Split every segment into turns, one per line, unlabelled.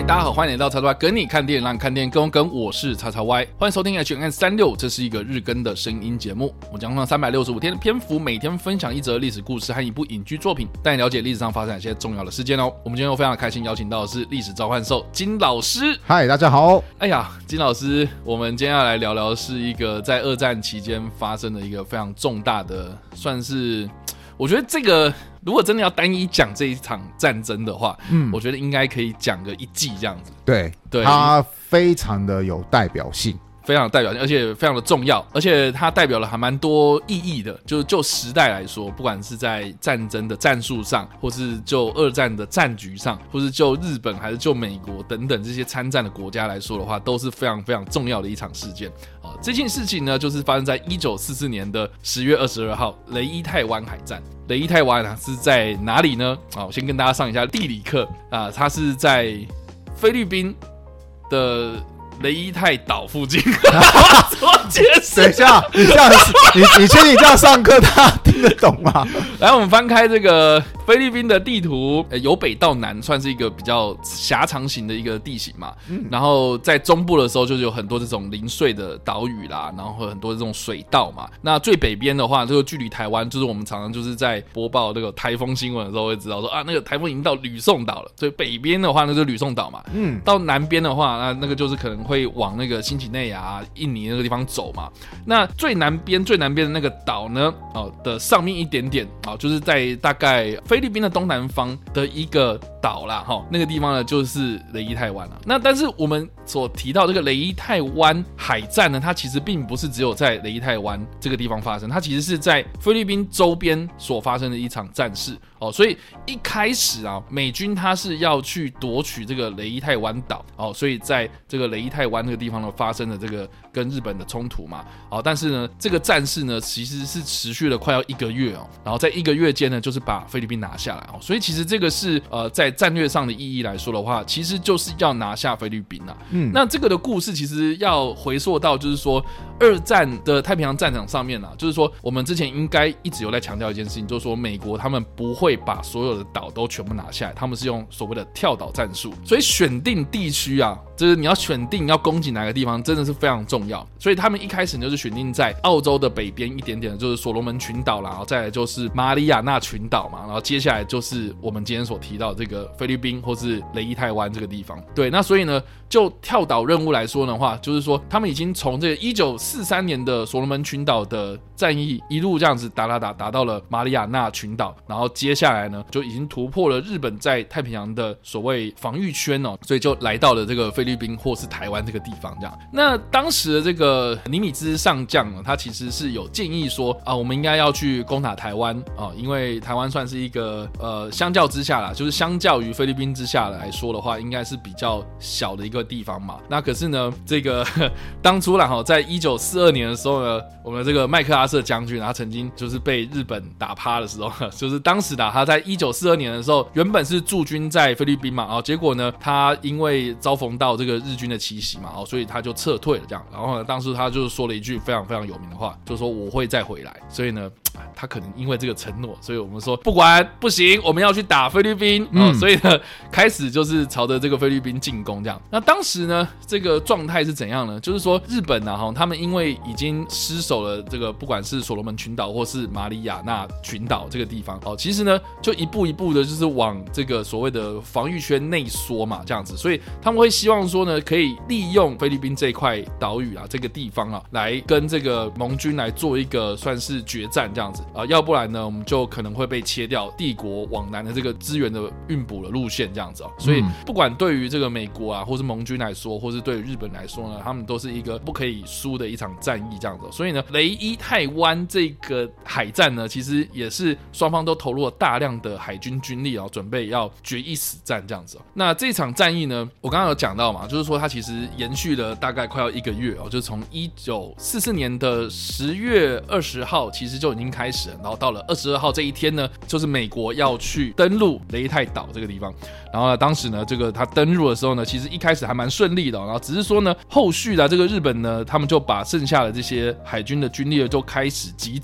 大家好，欢迎来到叉叉 Y 跟你看电影，让你看电影更跟，我是叉叉 Y， 欢迎收听 HN36， 这是一个日更的声音节目。我将用365天的篇幅，每天分享一则历史故事和一部影剧作品，带你了解历史上发生一些重要的事件哦。我们今天又非常开心邀请到的是历史召唤兽金老师。
嗨，大家好。
哎呀，金老师，我们今天要来聊聊是一个在二战期间发生的一个非常重大的，算是我觉得这个。如果真的要单一讲这一场战争的话，我觉得应该可以讲个一季这样子。
对，它非常的有代表性。
非常有代表性，而且非常的重要，而且它代表了还蛮多意义的。就时代来说，不管是在战争的战术上，或是就二战的战局上，或是就日本还是就美国等等这些参战的国家来说的话，都是非常非常重要的一场事件。这件事情呢，就是发生在1944年的10月22号雷伊泰湾海战。雷伊泰湾是在哪里呢？我先跟大家上一下地理课啊，它是在菲律宾的雷伊泰岛附近。怎么解释？
等一下，你确定这样上课他听得懂吗？
来，我们翻开这个菲律宾的地图，由北到南算是一个比较狭长型的一个地形嘛。然后在中部的时候，就是有很多这种零碎的岛屿啦，然后很多这种水道嘛。那最北边的话，这个距离台湾，就是我们常常就是在播报那个台风新闻的时候会知道说啊，那个台风已经到吕宋岛了。所以北边的话，那就是吕宋岛嘛。到南边的话，那个就是可能会往那个新几内亚、印尼那个地方走嘛。那最南边的那个岛呢，的上面一点点，就是在大概菲律宾的东南方的一个岛啦，那个地方呢就是雷伊泰湾啦。那但是我们所提到这个雷伊泰湾海战呢，它其实并不是只有在雷伊泰湾这个地方发生，它其实是在菲律宾周边所发生的一场战事。所以一开始啊，美军他是要去夺取这个雷伊泰湾岛，所以在这个雷伊泰湾这个地方呢发生了这个跟日本的冲突嘛。但是呢，这个战事呢其实是持续了快要1个月然后在1个月间呢，就是把菲律宾拿下来所以其实这个是在战略上的意义来说的话，其实就是要拿下菲律宾啊。那这个的故事其实要回溯到就是说二战的太平洋战场上面啊，就是说我们之前应该一直有在强调一件事情，就是说美国他们不会把所有的岛都全部拿下来，他们是用所谓的跳岛战术。所以选定地区啊，就是你要选定要攻击哪个地方，真的是非常重要。所以他们一开始就是选定在澳洲的北边一点点的，就是所罗门群岛啦，然后再来就是马里亚纳群岛嘛，然后接下来就是我们今天所提到的这个菲律宾或是雷伊泰湾这个地方。对，那所以呢，就跳岛任务来说的话，就是说他们已经从这个1943年的所罗门群岛的战役一路这样子打到了马里亚纳群岛，然后接下来呢就已经突破了日本在太平洋的所谓防御圈所以就来到了这个菲律宾或是台湾这个地方这样。那当时的这个尼米兹上将呢，他其实是有建议说我们应该要去攻打台湾因为台湾算是一个相较之下啦，就是相较于菲律宾之下来说的话，应该是比较小的一个地方嘛。那可是呢，这个当初啦在1942年的时候呢，我们的这个麦克阿瑟将军他曾经就是被日本打趴的时候，就是当时他在1942年的时候原本是驻军在菲律宾嘛，结果呢他因为遭逢到这个日军的奇袭嘛，所以他就撤退了这样。然后呢，当时他就说了一句非常非常有名的话，就是说我会再回来。所以呢，他可能因为这个承诺，所以我们说不管不行，我们要去打菲律宾所以呢，开始就是朝着这个菲律宾进攻这样。那当时呢，这个状态是怎样呢？就是说日本他们因为已经失守了这个不管是所罗门群岛或是马里亚纳群岛这个地方其实呢就一步一步的就是往这个所谓的防御圈内缩嘛，这样子。所以他们会希望说呢，可以利用菲律宾这块岛屿这个地方来跟这个盟军来做一个算是决战这样子要不然呢，我们就可能会被切掉帝国往南的这个资源的运补的路线这样子所以不管对于这个美国或是盟军来说，或是对于日本来说呢，他们都是一个不可以输的一场战役这样子。所以呢，雷伊泰湾这个海战呢，其实也是双方都投入了大量的海军军力准备要决一死战这样子那这场战役呢，我刚刚有讲到嘛，就是说它其实延续了大概快要1个月就是从1944年的10月20号其实就已经开始了，然后到了22号这一天呢，就是美国要去登陆雷伊泰岛这个地方。然后呢，当时呢，这个他登陆的时候呢，其实一开始还蛮顺利的然后只是说呢，后续的这个日本呢，他们就把剩下的这些海军的军力就开始集结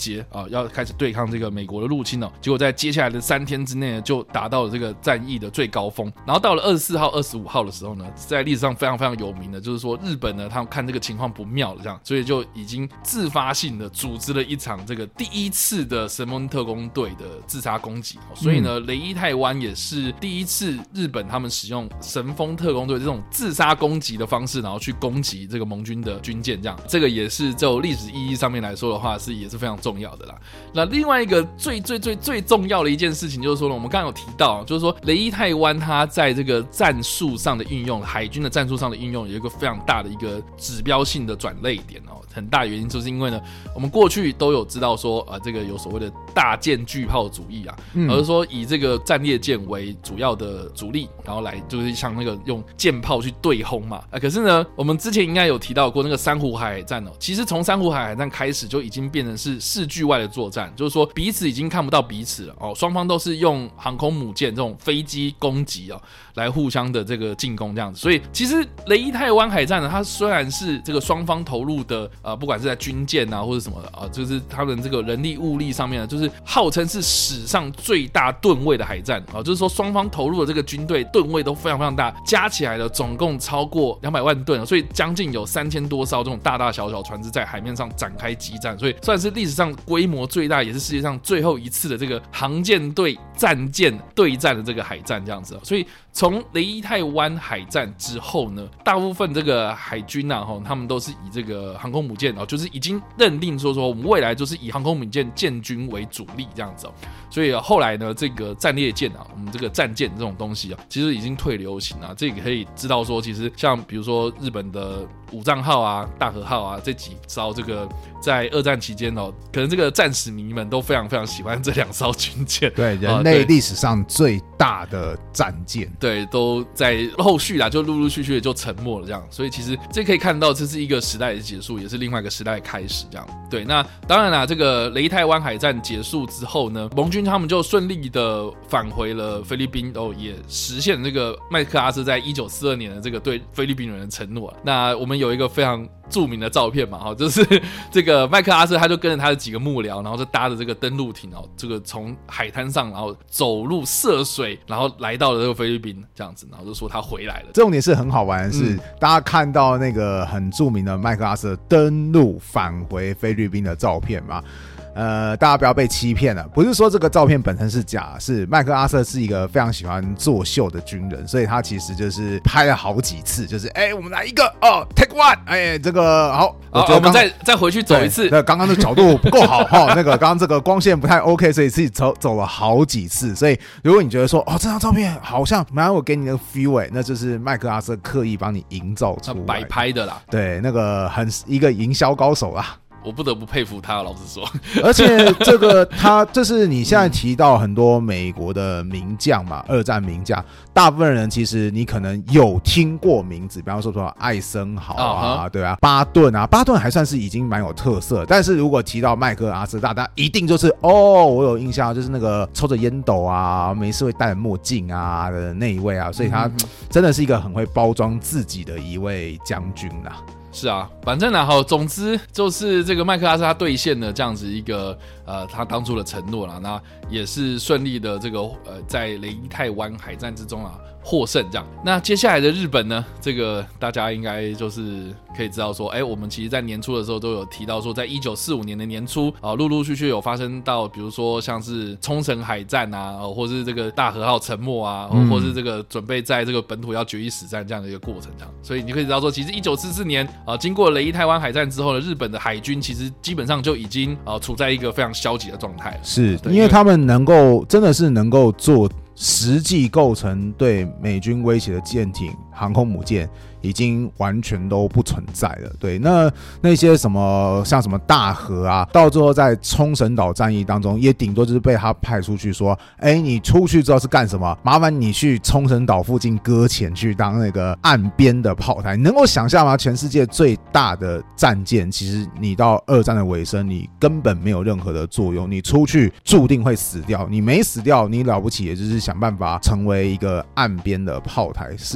要开始对抗这个美国的入侵结果在接下来的3天之内就达到了这个战役的最高峰。然后到了24号、25号的时候呢，在历史上非常非常有名的，就是说日本呢，他们看这个情况不妙了，这样，所以就已经自发性的组织了一场这个第一次的神风特攻队的自杀攻击。所以呢，雷伊泰湾也是第一次日本他们使用神风特攻队这种自杀攻击的方式，然后去攻击这个盟军的军舰，这样，这个也是就历史意义上面来说的话，也是非常重要的啦。那另外一个最重要的一件事情就是说呢，我们刚刚有提到，就是说雷伊泰湾它在这个战术上的运用，海军的战术上的运用有一个非常大的一个指标性的转捩点很大原因就是因为呢，我们过去都有知道说这个有所谓的大舰巨炮主义而是说以这个战列舰为主要的主力，然后来就是像那个用舰炮去对轰嘛。可是呢，我们之前应该有提到过那个珊瑚海战其实从珊瑚海战开始就已经变成是视距外的作战，就是说彼此已经看不到彼此了双方都是用航空母舰这种飞机攻击来互相的这个进攻这样子。所以其实雷伊泰湾海战呢，它虽然是这个双方投入的不管是在军舰或者什么的就是他们这个人力物力上面就是号称是史上最大吨位的海战就是说双方投入的这个军队吨位都非常非常大，加起来的总共超过200万吨，所以将近有3000多艘这种大大小小船只在海面上展开激战，所以算是历史上规模最大，也是世界上最后一次的这个航舰对战舰对战的这个海战这样子。所以从雷伊泰湾海战之后呢，大部分这个海军他们都是以这个航空母舰就是已经认定说我们未来就是以航空母舰建军为主力这样子所以后来呢，这个战列舰我们这个战舰这种东西其实已经退流行这个可以知道说，其实像比如说日本的武藏号大和号这几艘这个在二战期间可能这个战史迷们都非常非常喜欢这2艘军舰，
对，人类历史上最大的战舰，
对，都在后续就陆陆续续的就沉没了这样。所以其实这可以看到，这是一个时代的结束，也是另外一个时代的开始这样。对，那当然啦，这个雷伊泰湾海战结束之后呢，盟军他们就顺利的返回了菲律宾也实现了这个麦克阿瑟在1942年的这个对菲律宾人的承诺。那我们有一个非常著名的照片嘛就是这个麦克阿瑟他就跟着他的几个幕僚，然后就搭着这个登陆艇这个从海滩上然后走路涉水，然后来到了这个菲律宾这样子，然后就说他回来了。
重点是很好玩的是大家看到那个很著名的麦克阿瑟登陆返回菲律宾的照片嘛，大家不要被欺骗了，不是说这个照片本身是假，是麦克阿瑟是一个非常喜欢作秀的军人，所以他其实就是拍了好几次，就是我们来一个take one，这个好，
我们再回去走一次，
对，刚刚的角度不够好那个刚刚这个光线不太 OK， 所以自己走了好几次。所以如果你觉得说这张照片好像蛮有给你那个 feel 那就是麦克阿瑟刻意帮你营造出来
摆拍的啦，
对，那个一个营销高手啦。
我不得不佩服他，老实说。
而且这个他就是你现在提到很多美国的名将嘛，二战名将，大部分人其实你可能有听过名字，比方说艾森豪对啊，巴顿巴顿还算是已经蛮有特色。但是如果提到麦克阿瑟，大家一定就是我有印象，就是那个抽着烟斗没事会戴着墨镜的那一位所以他真的是一个很会包装自己的一位将军啦。
是反正总之就是这个麦克阿瑟他兑现了这样子一个他当初的承诺啦，那也是顺利的这个在雷伊泰湾海战之中获胜这样。那接下来的日本呢，这个大家应该就是可以知道说我们其实在年初的时候都有提到说，在1945年的年初陆陆续续有发生到比如说像是冲绳海战或是这个大和号沉没或是这个准备在这个本土要决一死战这样的一个过程这样。所以你可以知道说，其实1944年经过雷伊泰湾海战之后呢，日本的海军其实基本上就已经处在一个非常消极的状态了。
是因为他们真的是能够做实际构成对美军威胁的舰艇、航空母舰已经完全都不存在了。对，那些什么像什么大和到最后在冲绳岛战役当中，也顶多就是被他派出去说，你出去之后是干什么？麻烦你去冲绳岛附近搁浅，去当那个岸边的炮台。你能够想象吗？全世界最大的战舰，其实你到二战的尾声，你根本没有任何的作用，你出去注定会死掉。你没死掉，你了不起也就是想办法成为一个岸边的炮台，是一个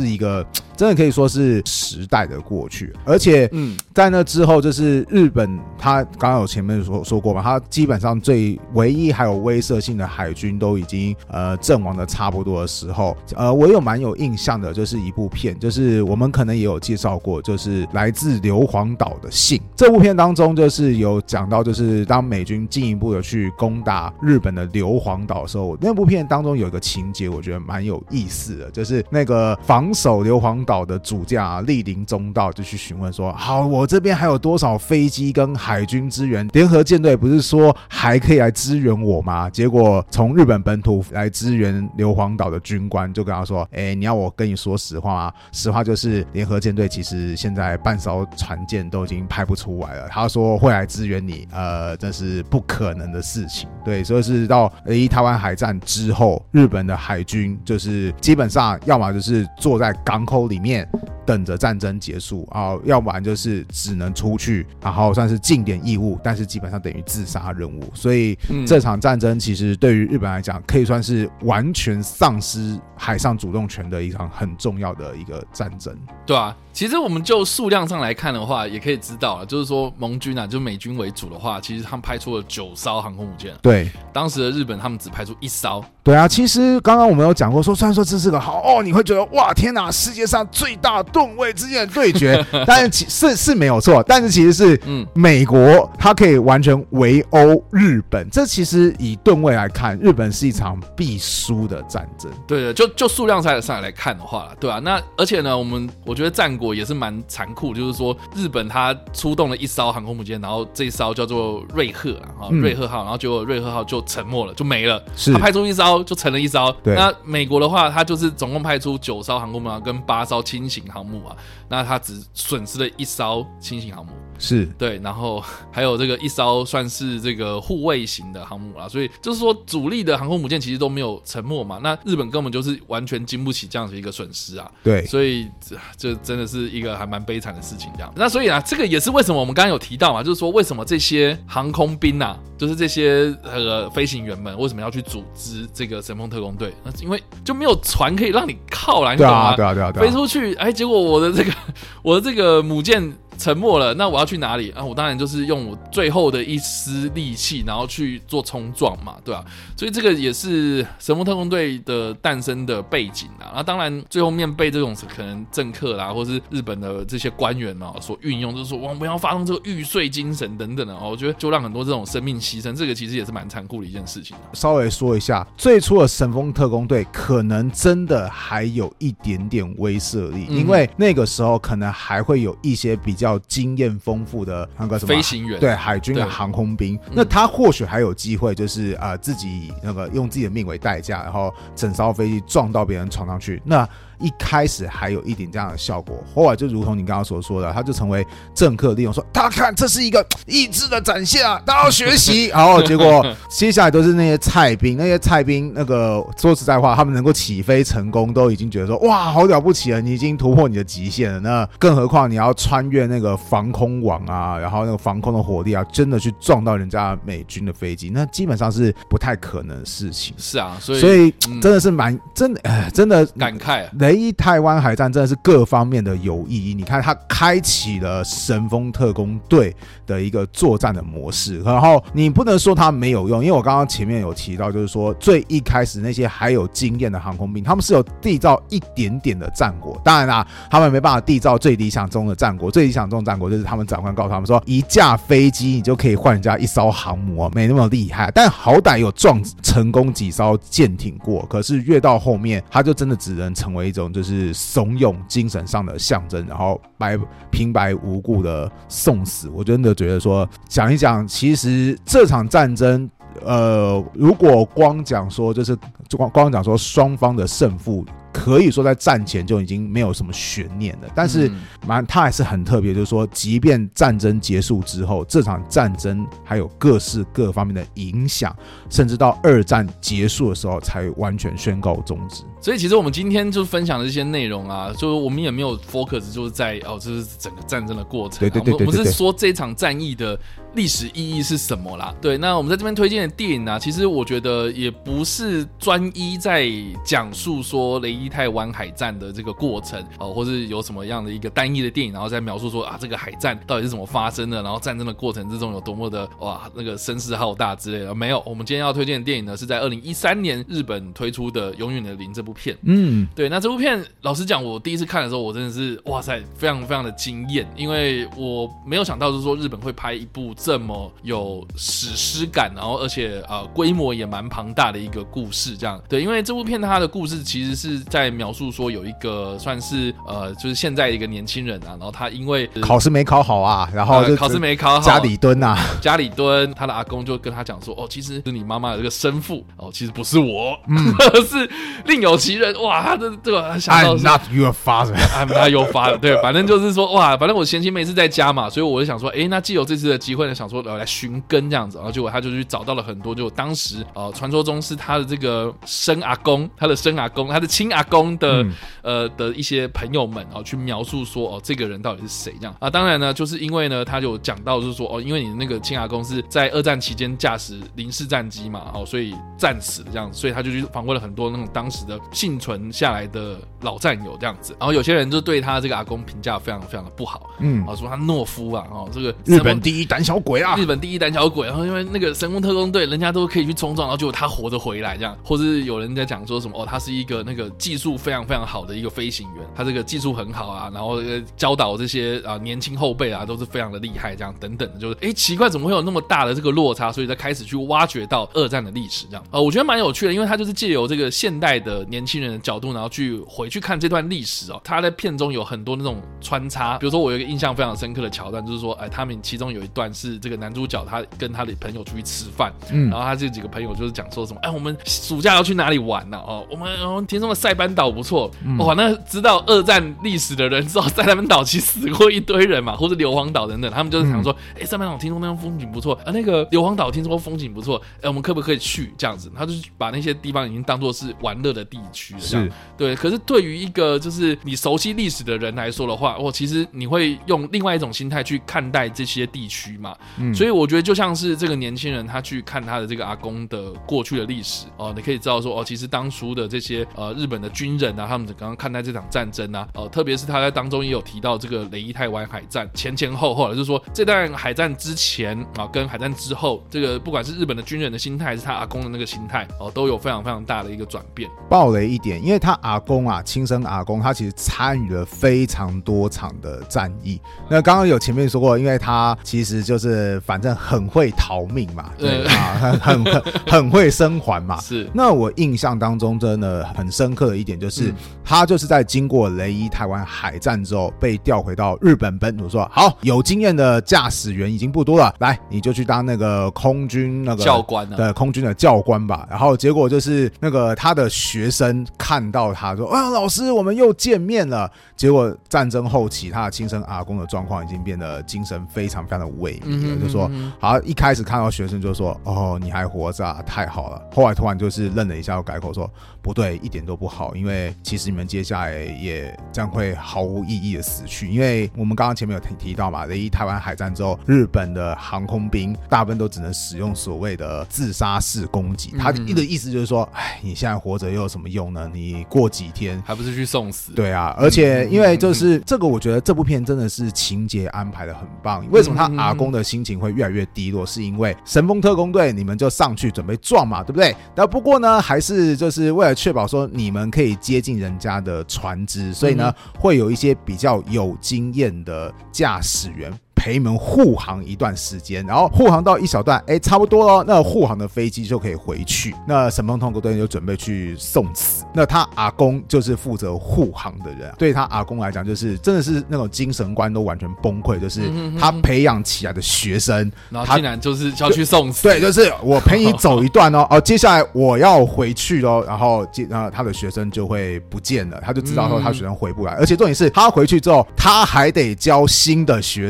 真的可以说是时代的过去。而且在那之后，就是日本他刚刚有前面说过嘛，他基本上唯一还有威慑性的海军都已经阵亡的差不多的时候，我有蛮有印象的，就是一部片，就是我们可能也有介绍过，就是来自硫磺岛的信。这部片当中就是有讲到，就是当美军进一步的去攻打日本的硫磺岛的时候，那部片当中有一个情节我觉得蛮有意思的，就是那个防守硫磺岛的主将莅临中道，就去询问说，好，我这边还有多少飞机跟海军支援，联合舰队不是说还可以来支援我吗？结果从日本本土来支援硫磺岛的军官就跟他说，你要我跟你说实话吗？实话就是联合舰队其实现在半艘船舰都已经派不出来了，他说会来支援你，这是不可能的事情。对，所以是到台湾海战之后，日本的海军就是基本上要么就是坐在港口里面等着战争结束啊，要不然就是只能出去，然后算是尽点义务，但是基本上等于自杀任务。所以这场战争其实对于日本来讲，可以算是完全丧失海上主动权的一场很重要的一个战争。
对啊，其实我们就数量上来看的话，也可以知道，就是说盟军啊，就美军为主的话，其实他们派出了9艘航空母舰。
对，
当时的日本他们只派出1艘。
对啊，其实刚刚我们有讲过说，虽然说这是个好你会觉得哇天哪，世界上最大吨位之间的对决，但是没有错，但是其实是美国它可以完全围殴日本，这其实以吨位来看，日本是一场必输的战争。
对的，就数量上来看的话，对啊，那而且呢，我觉得战果也是蛮残酷，就是说日本它出动了1艘航空母舰，然后这一艘叫做瑞鹤瑞鹤号，然后结果瑞鹤号就沉没了，就没了。是，它派出1艘就成了1艘。那美国的话，它就是总共派出9艘航空母舰跟8艘轻型航母啊，那它只损失了1艘轻型航母。是，对，然后还有这个1艘算是这个护卫型的航母啦，所以就是说主力的航空母舰其实都没有沉没嘛，那日本根本就是完全经不起这样的一个损失啊。对，所以这真的是一个还蛮悲惨的事情这样。那所以啊，这个也是为什么我们刚刚有提到嘛，就是说为什么这些航空兵啊，就是这些飞行员们为什么要去组织这个神风特攻队？因为就没有船可以让你靠啦，你懂吗？对啊，飞出去，结果我的这个母舰沉没了，那我要去哪里啊？我当然就是用我最后的一丝力气，然后去做冲撞嘛，对吧？所以这个也是神风特攻队的诞生的背景啊。那当然，最后面被这种可能政客啦，或是日本的这些官员所运用，就是说我们要发动这个玉碎精神等等的我觉得就让很多这种生命牺牲，这个其实也是蛮残酷的一件事情。
稍微说一下，最初的神风特攻队可能真的还有一点点威慑力，因为那个时候可能还会有一些比较经验丰富的那个什么
飞行员，
对海军的航空兵，那他或许还有机会，就是自己用自己的命为代价，然后整艘飞机撞到别人闯上去，那一开始还有一点这样的效果，后来就如同你刚刚所说的，他就成为政客利用，说大家看这是一个意志的展现啊，大家要学习。然后结果接下来都是那些菜兵，说实在话，他们能够起飞成功，都已经觉得说哇好了不起了，你已经突破你的极限了。那更何况你要穿越那个防空网啊，然后那个防空的火力啊，真的去撞到人家美军的飞机，那基本上是不太可能的事情。
是啊，
所以真的是真的
感慨。
台湾海战真的是各方面的有意义。你看，它开启了神风特攻队的一个作战的模式，然后你不能说它没有用，因为我刚刚前面有提到，就是说最一开始那些还有经验的航空兵，他们是有缔造一点点的战果。当然啦，他们没办法缔造最理想中的战果，最理想中的战果就是他们长官告诉他们说，一架飞机你就可以换人家1艘航母没那么厉害，但好歹有撞成功几艘舰艇过。可是越到后面，他就真的只能成为一种就是怂恿精神上的象征，然后平白无故的送死。我真的觉得说，讲一讲，其实这场战争，如果光讲说讲说双方的胜负，可以说在战前就已经没有什么悬念了，但是它还是很特别，就是说即便战争结束之后，这场战争还有各式各方面的影响，甚至到2战结束的时候才完全宣告终止。
所以其实我们今天就分享的这些内容啊，就是我们也没有 focus 就是在这是整个战争的过程，对，我们是说这场战役的历史意义是什么啦。对，那我们在这边推荐的电影啊，其实我觉得也不是专一在讲述说雷伊伊泰湾海战的这个过程或是有什么样的一个单一的电影，然后再描述说这个海战到底是怎么发生的，然后战争的过程之中有多么的那个声势浩大之类的。没有，我们今天要推荐的电影呢是在2013年日本推出的《永远的零》这部片。对，那这部片老实讲，我第一次看的时候，我真的是哇塞，非常非常的惊艳，因为我没有想到就是说日本会拍一部这么有史诗感，然后而且规模也蛮庞大的一个故事这样。对，因为这部片它的故事其实是在描述说有一个算是就是现在一个年轻人然后他因为
考试没考好然后就
考试没考好，
家里蹲
家里蹲，他的阿公就跟他讲说其实是你妈妈的这个生父其实不是我是另有其人。哇，他这个想到
I'm not your father
I'm not your father 对，反正就是说哇，反正我闲情没事在家嘛，所以我就想说那既有这次的机会呢，想说来寻根这样子，然后结果他就去找到了很多就当时传说中是他的这个生阿公，他的亲阿公的的一些朋友们去描述说这个人到底是谁这样当然呢就是因为呢他就讲到就是说因为你的那个亲阿公是在二战期间驾驶零式战机嘛所以战死了这样子，所以他就去访问了很多那种当时的幸存下来的老战友这样子，然后有些人就对他这个阿公评价非常非常的不好说他懦夫这个
日本第一胆小鬼
日本第一胆小鬼，然后因为那个神风特工队人家都可以去冲撞，然后结果他活着回来这样，或是有人在讲说什么他是一个那个技术非常非常好的一个飞行员，他这个技术很好然后教导这些年轻后辈都是非常的厉害这样等等的，就是奇怪怎么会有那么大的这个落差，所以才开始去挖掘到二战的历史这样我觉得蛮有趣的，因为他就是借由这个现代的年轻人的角度，然后去回去看这段历史他在片中有很多那种穿插，比如说我有一个印象非常深刻的桥段，就是说他们其中有一段是这个男主角他跟他的朋友出去吃饭然后他这几个朋友就是讲说什么我们暑假要去哪里玩我们听说了塞班岛不错那知道二战历史的人知道塞班岛其实死过一堆人嘛，或者硫磺岛等等，他们就是想说塞班岛听说那风景不错那个硫磺岛听说风景不错我们可不可以去这样子，他就是把那些地方已经当作是玩乐的地区了对，可是对于一个就是你熟悉历史的人来说的话其实你会用另外一种心态去看待这些地区嘛所以我觉得就像是这个年轻人他去看他的这个阿公的过去的历史你可以知道说其实当初的这些日本的军人他们刚刚看待这场战争特别是他在当中也有提到这个雷伊泰湾海战前后就是说这段海战之前跟海战之后，这个不管是日本的军人的心态还是他阿公的那个心态都有非常非常大的一个转变。
爆雷一点，因为他阿公亲生阿公他其实参与了非常多场的战役，那刚刚有前面说过，因为他其实就是反正很会逃命嘛对很会生还嘛
是。
那我印象当中真的很深刻的一点就是他就是在经过雷伊泰湾海战之后被调回到日本本土，说好有经验的驾驶员已经不多了，来你就去当那个空军那个
教官
对空军的教官吧。然后结果就是那个他的学生看到他说老师我们又见面了，结果战争后期他的亲生阿公的状况已经变得精神非常非常的萎靡了就说好，一开始看到学生就说你还活着太好了，后来突然就是愣了一下又改口说不对，一点都不好，因为其实你们接下来也将会毫无意义的死去，因为我们刚刚前面有提到嘛，雷伊台湾海战之后日本的航空兵大部分都只能使用所谓的自杀式攻击他的意思就是说你现在活着又有什么用呢，你过几天
还不是去送死。
对而且因为就是这个我觉得这部片真的是情节安排的很棒，为什么他阿公的心情会越来越低落，是因为神风特工队你们就上去准备撞嘛对不对，但不过呢还是就是为了确保说你们可以接近人家的船只，所以呢会有一些比较有经验的驾驶员陪你们护航一段时间，然后护航到一小段差不多了，那护航的飞机就可以回去，那神风特工队就准备去送死，那他阿公就是负责护航的人，对他阿公来讲就是真的是那种精神观都完全崩溃，就是他培养起来的学生
然后竟然就是要去送死，
对，就是我陪你走一段接下来我要回去然后他的学生就会不见了，他就知道说他学生回不来而且重点是他回去之后他还得教新的学生，然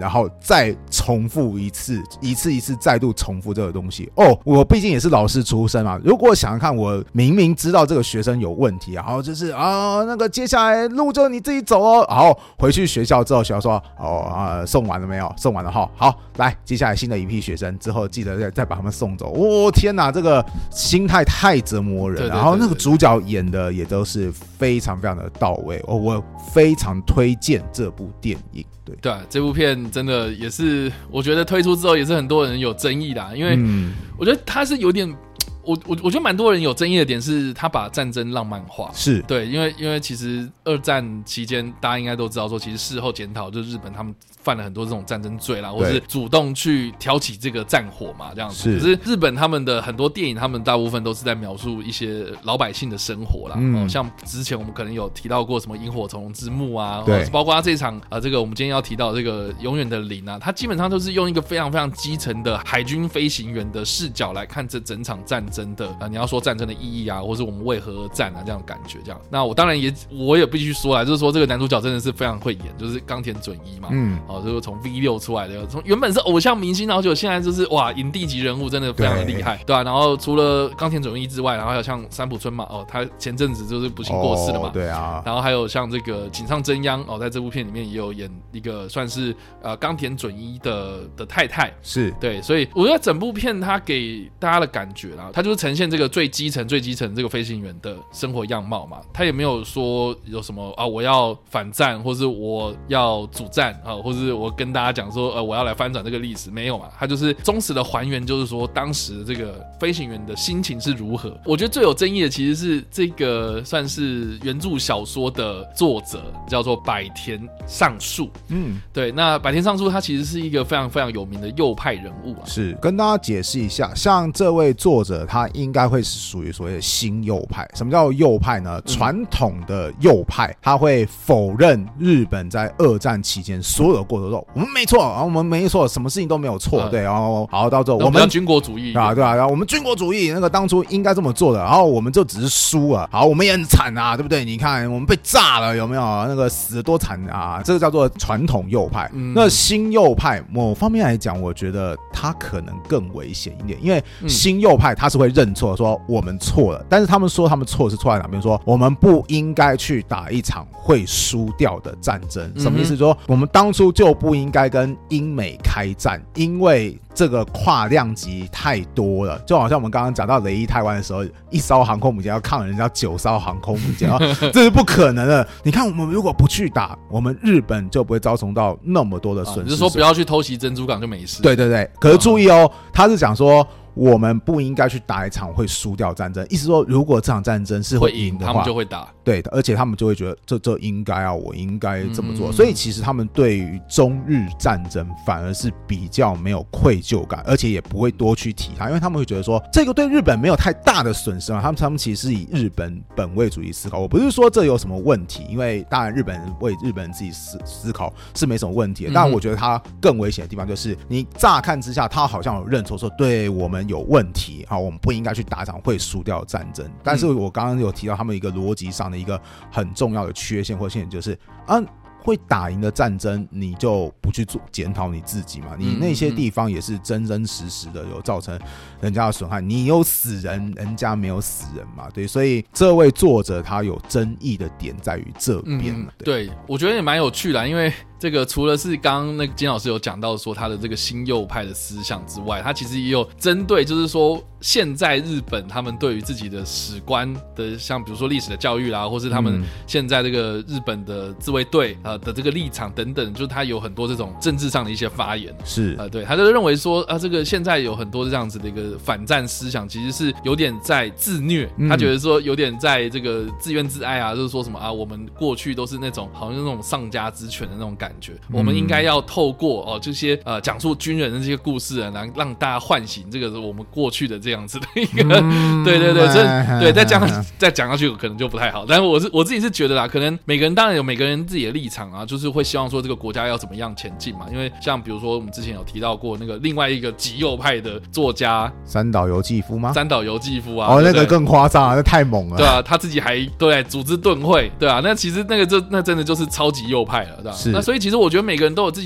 然后再重复一次再度重复这个东西。我毕竟也是老师出身嘛，如果想看我明明知道这个学生有问题，然后就是那个接下来路就你自己走哦，然后回去学校之后，学校说送完了没有？送完了哈，好，来接下来新的一批学生，之后记得再把他们送走。天哪，这个心态太折磨人。然后那个主角演的也都是非常非常的到位，我非常推荐这部电影。对
啊，这部片真的也是，我觉得推出之后也是很多人有争议的，因为我觉得它是有点。我觉得蛮多人有争议的点是，他把战争浪漫化。
是
对，因为其实二战期间，大家应该都知道说，其实事后检讨，就是日本他们犯了很多这种战争罪啦，或是主动去挑起这个战火嘛，这样子。可是日本他们的很多电影，他们大部分都是在描述一些老百姓的生活啦。像之前我们可能有提到过什么《萤火虫之墓》啊，包括他这一场这个我们今天要提到这个《永远的零》啊，他基本上都是用一个非常非常基层的海军飞行员的视角来看这整场战争的你要说战争的意义啊，或是我们为何而战啊，这样的感觉这样。那我也必须说啦，就是说这个男主角真的是非常会演，就是冈田准一嘛，就是从 V6 出来的，从原本是偶像明星，然后就现在就是哇影帝级人物，真的非常的厉害，对啊。然后除了冈田准一之外，然后还有像三浦春马他前阵子就是不幸过世了嘛，
对啊。然
后还有像这个井上真央在这部片里面也有演一个算是冈田准一的太太，
是对，
所以我觉得整部片它给大家的感觉啦，它就是呈现这个最基层这个飞行员的生活样貌嘛，他也没有说有什么我要反战，或是我要主战或是我跟大家讲说我要来翻转这个历史，没有嘛，他就是忠实的还原，就是说当时这个飞行员的心情是如何。我觉得最有争议的其实是这个算是原著小说的作者叫做百田尚树，对，那百田尚树他其实是一个非常非常有名的右派人物
是跟大家解释一下，像这位作者他应该会是属于所谓的新右派。什么叫右派呢？传统的右派他会否认日本在二战期间所有的过错，说我们没错，我们没错，什么事情都没有错，对，然后好到最后我们
军国主义
对啊，然后我们军国主义那个当初应该这么做的，然后我们就只是输了，好，我们也很惨啊，对不对？你看我们被炸了，有没有那个死得多惨啊？这个叫做传统右派。那新右派某方面来讲，我觉得他可能更危险一点，因为新右派他是会认错，说我们错了，但是他们说他们错是错在哪边？说我们不应该去打一场会输掉的战争。什么意思？说我们当初就不应该跟英美开战，因为这个跨量级太多了，就好像我们刚刚讲到雷伊台湾的时候，一艘航空母舰要抗人家9艘航空母舰，这是不可能的。你看我们如果不去打，我们日本就不会遭受到那么多的损失。
就是说不要去偷袭珍珠港就没事。
对对对，可是注意他是讲说我们不应该去打一场会输掉战争，意思说如果这场战争是会赢的话，
他们就会打。
对的，而且他们就会觉得这应该我应该这么做。所以其实他们对于中日战争反而是比较没有愧疚感，而且也不会多去提它，因为他们会觉得说这个对日本没有太大的损失嘛。他们其实是以日本本位主义思考。我不是说这有什么问题，因为当然日本人为日本人自己思考是没什么问题的。但我觉得他更危险的地方就是你乍看之下他好像有认错，说对我们有问题，我们不应该去打一场会输掉的战争。但是我刚刚有提到他们一个逻辑上的一个很重要的缺陷或陷阱，就是会打赢的战争你就不去做检讨你自己嘛？你那些地方也是真真实实的有造成人家的损害，你有死人，人家没有死人嘛？对，所以这位作者他有争议的点在于这边。
对，我觉得也蛮有趣的，因为这个除了是刚刚那个金老师有讲到说他的这个新右派的思想之外，他其实也有针对就是说现在日本他们对于自己的史观的，像比如说历史的教育啦，或是他们现在这个日本的自卫队的这个立场等等，就是他有很多这种政治上的一些发言。
是
对，他就认为说这个现在有很多这样子的一个反战思想，其实是有点在自虐。他觉得说有点在这个自怨自艾啊，就是说什么我们过去都是那种好像那种丧家之犬的那种感觉，我们应该要透过这些讲述军人的这些故事啊，让大家唤醒这个我们过去的这样子的一个对对对，对，再讲下去可能就不太好。但是我自己是觉得啦，可能每个人当然有每个人自己的立场啊，就是会希望说这个国家要怎么样前进嘛。因为像比如说我们之前有提到过那个另外一个极右派的作家
三岛由纪夫吗？
三岛由纪夫啊，
那个更夸张啊，那太猛了。
对啊，他自己还对组织盾会，对啊，那其实那真的就是超级右派了，对吧？那所以其实我觉得每个人都有自己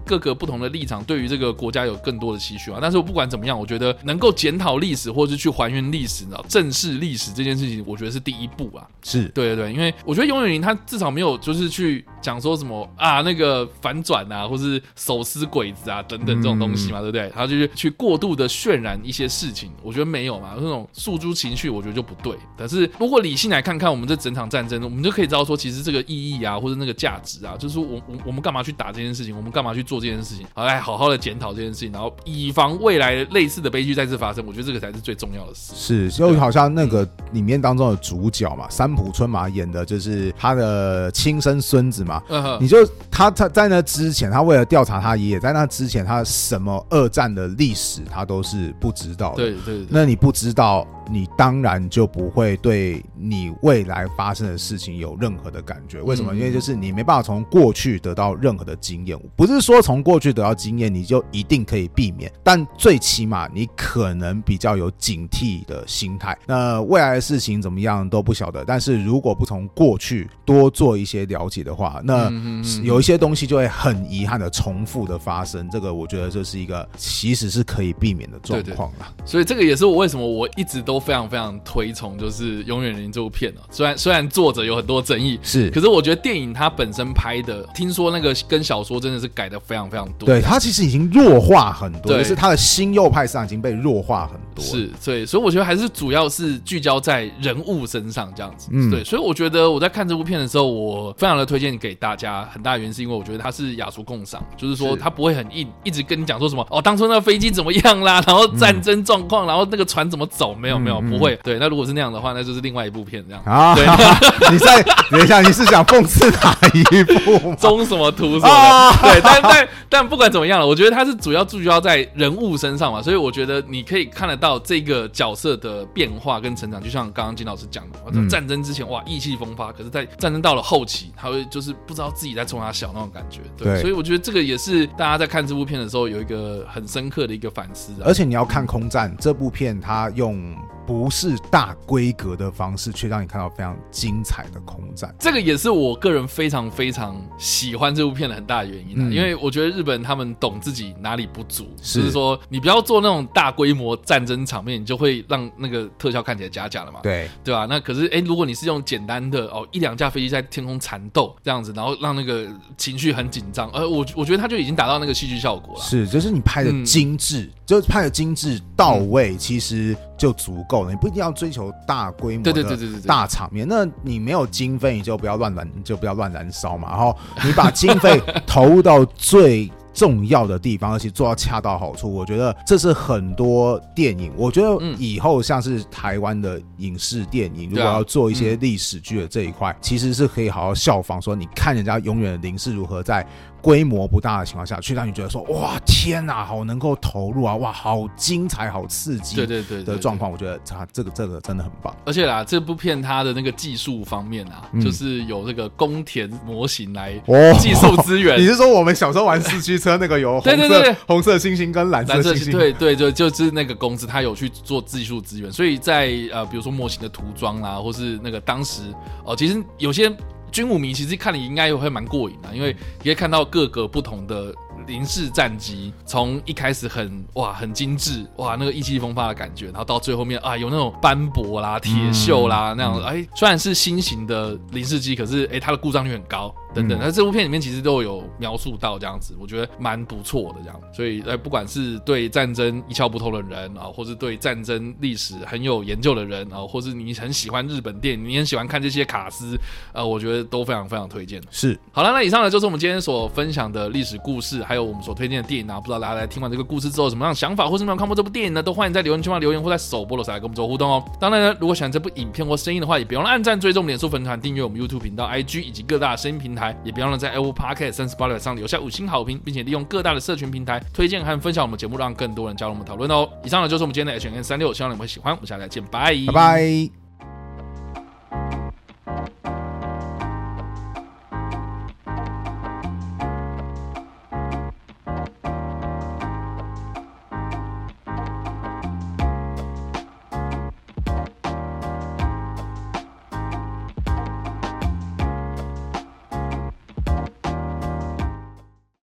各个不同的立场对于这个国家有更多的期许啊。但是我不管怎么样，我觉得能够检讨历史或是去还原历史，正视历史这件事情，我觉得是第一步啊。
是
对对对，因为我觉得永远林他至少没有就是去讲说什么啊那个反转啊，或是手撕鬼子啊等等这种东西嘛，对不对？他就是去过度的渲染一些事情，我觉得没有嘛，那种诉诸情绪，我觉得就不对。但是如果理性来看看我们这整场战争，我们就可以知道说，其实这个意义啊，或者那个价值啊，就是说我们干嘛去打这件事情，我们干嘛去做这件事情，来好好的检讨这件事情，然后以防未来类似的悲剧再次发生。我觉得这个才是最重要的事。
是，就好像那个里面当中的主角嘛，三浦春马演的就是他的亲生孙子嘛。你就他在那之前，他为了调查他爷爷，在那之前，他什么二战的历史他都是不知道的。
对对对，
那你不知道，你当然就不会对你未来发生的事情有任何的感觉。为什么？因为就是你没办法从过去得到任何的经验。不是说从过去得到经验你就一定可以避免，但最起码你可能比较有警惕的心态。那未来的事情怎么样都不晓得，但是如果不从过去多做一些了解的话，那有一些东西就会很遗憾的重复的发生。这个我觉得这是一个其实是可以避免的状况啦。
所以这个也是我为什么我一直都非常非常推崇就是《永远零》这部片虽然作者有很多争议，是，可是我觉得电影它本身拍的，听说那个跟小说真的是改的非常非常多。
对，它其实已经弱化很多，就是它的新右派上已经被弱化很多。
是，所以我觉得还是主要是聚焦在人物身上这样子。对，所以我觉得我在看这部片的时候，我非常的推荐给大家。很大的原因是因为我觉得它是雅俗共赏，就是说它不会很硬，一直跟你讲说什么当初那个飞机怎么样啦，然后战争状况，然后那个船怎么走，没有不会。对，那如果是那样的话，那就是另外一部片这样。啊，对，
等一下，你是想讽刺哪一部吗？
中什么图什么的？对，但不管怎么样了，我觉得它是主要聚焦在人物身上嘛，所以我觉得你可以看得到这个角色的变化跟成长，就像刚刚金老师讲的，战争之前哇意气风发，可是在战争到了后期，他会就是不知道自己在冲他笑那种感觉。对，所以我觉得这个也是大家在看这部片的时候有一个很深刻的一个反思。
而且你要看空战这部片，它用不是大规格的方式，却让你看到非常精彩的空战。
这个也是我个人非常非常喜欢这部片的很大的原因因为我觉得日本他们懂自己哪里不足，就是说你不要做那种大规模战争场面，你就会让那个特效看起来假假的嘛，对吧？那可是如果你是用简单的一两架飞机在天空缠斗这样子，然后让那个情绪很紧张，我觉得他就已经达到那个戏剧效果了。
是，就是你拍的精致，就是拍的精致到位，其实就足够了。你不一定要追求大规模的大场面，那你没有经费，你就不要乱燃烧嘛。然后你把经费投入到最重要的地方，而且做到恰到好处，我觉得这是很多电影，我觉得以后像是台湾的影视电影，如果要做一些历史剧的这一块，其实是可以好好效仿，说你看人家永远的零是如何在规模不大的情况下，去让你觉得说哇天哪，好能够投入啊，哇好精彩好刺激的状况，我觉得这个真的很棒。
而且啦，这部片它的那个技术方面啊，就是有这个宫田模型来技术资源。
你是说我们小时候玩四驱车那个有红色星星跟蓝色星星？
对，就是那个公司它有去做技术资源，所以在比如说模型的涂装啦，或是那个当时其实有些军武迷其实看了应该会蛮过瘾的，因为你可以看到各个不同的零式战机，从一开始很精致，那个意气风发的感觉，然后到最后面有那种斑驳啦、铁锈啦那样，虽然是新型的零式机，可是它的故障率很高等等。那这部片里面其实都有描述到这样子，我觉得蛮不错的这样。所以不管是对战争一窍不通的人或是对战争历史很有研究的人或是你很喜欢日本电影，你很喜欢看这些卡司，我觉得都非常非常推荐。
是，
好了，那以上呢就是我们今天所分享的历史故事，还有我们所推荐的电影不知道大家在听完这个故事之后有什么样的想法，或是没有看过这部电影呢，都欢迎在留言区留言或在首播的时候来跟我们做互动哦。当然呢，如果喜欢这部影片或声音的话，也别忘了按赞、追踪脸书粉团、订阅我们 YouTube 频道、IG 以及各大声音平台，也别忘了在 Apple Podcast 30上留下5星好评，并且利用各大的社群平台推荐和分享我们节目，让更多人加入我们讨论哦。以上呢就是我们今天的 HNN36，希望你们会喜欢，我们下次再见，拜
拜。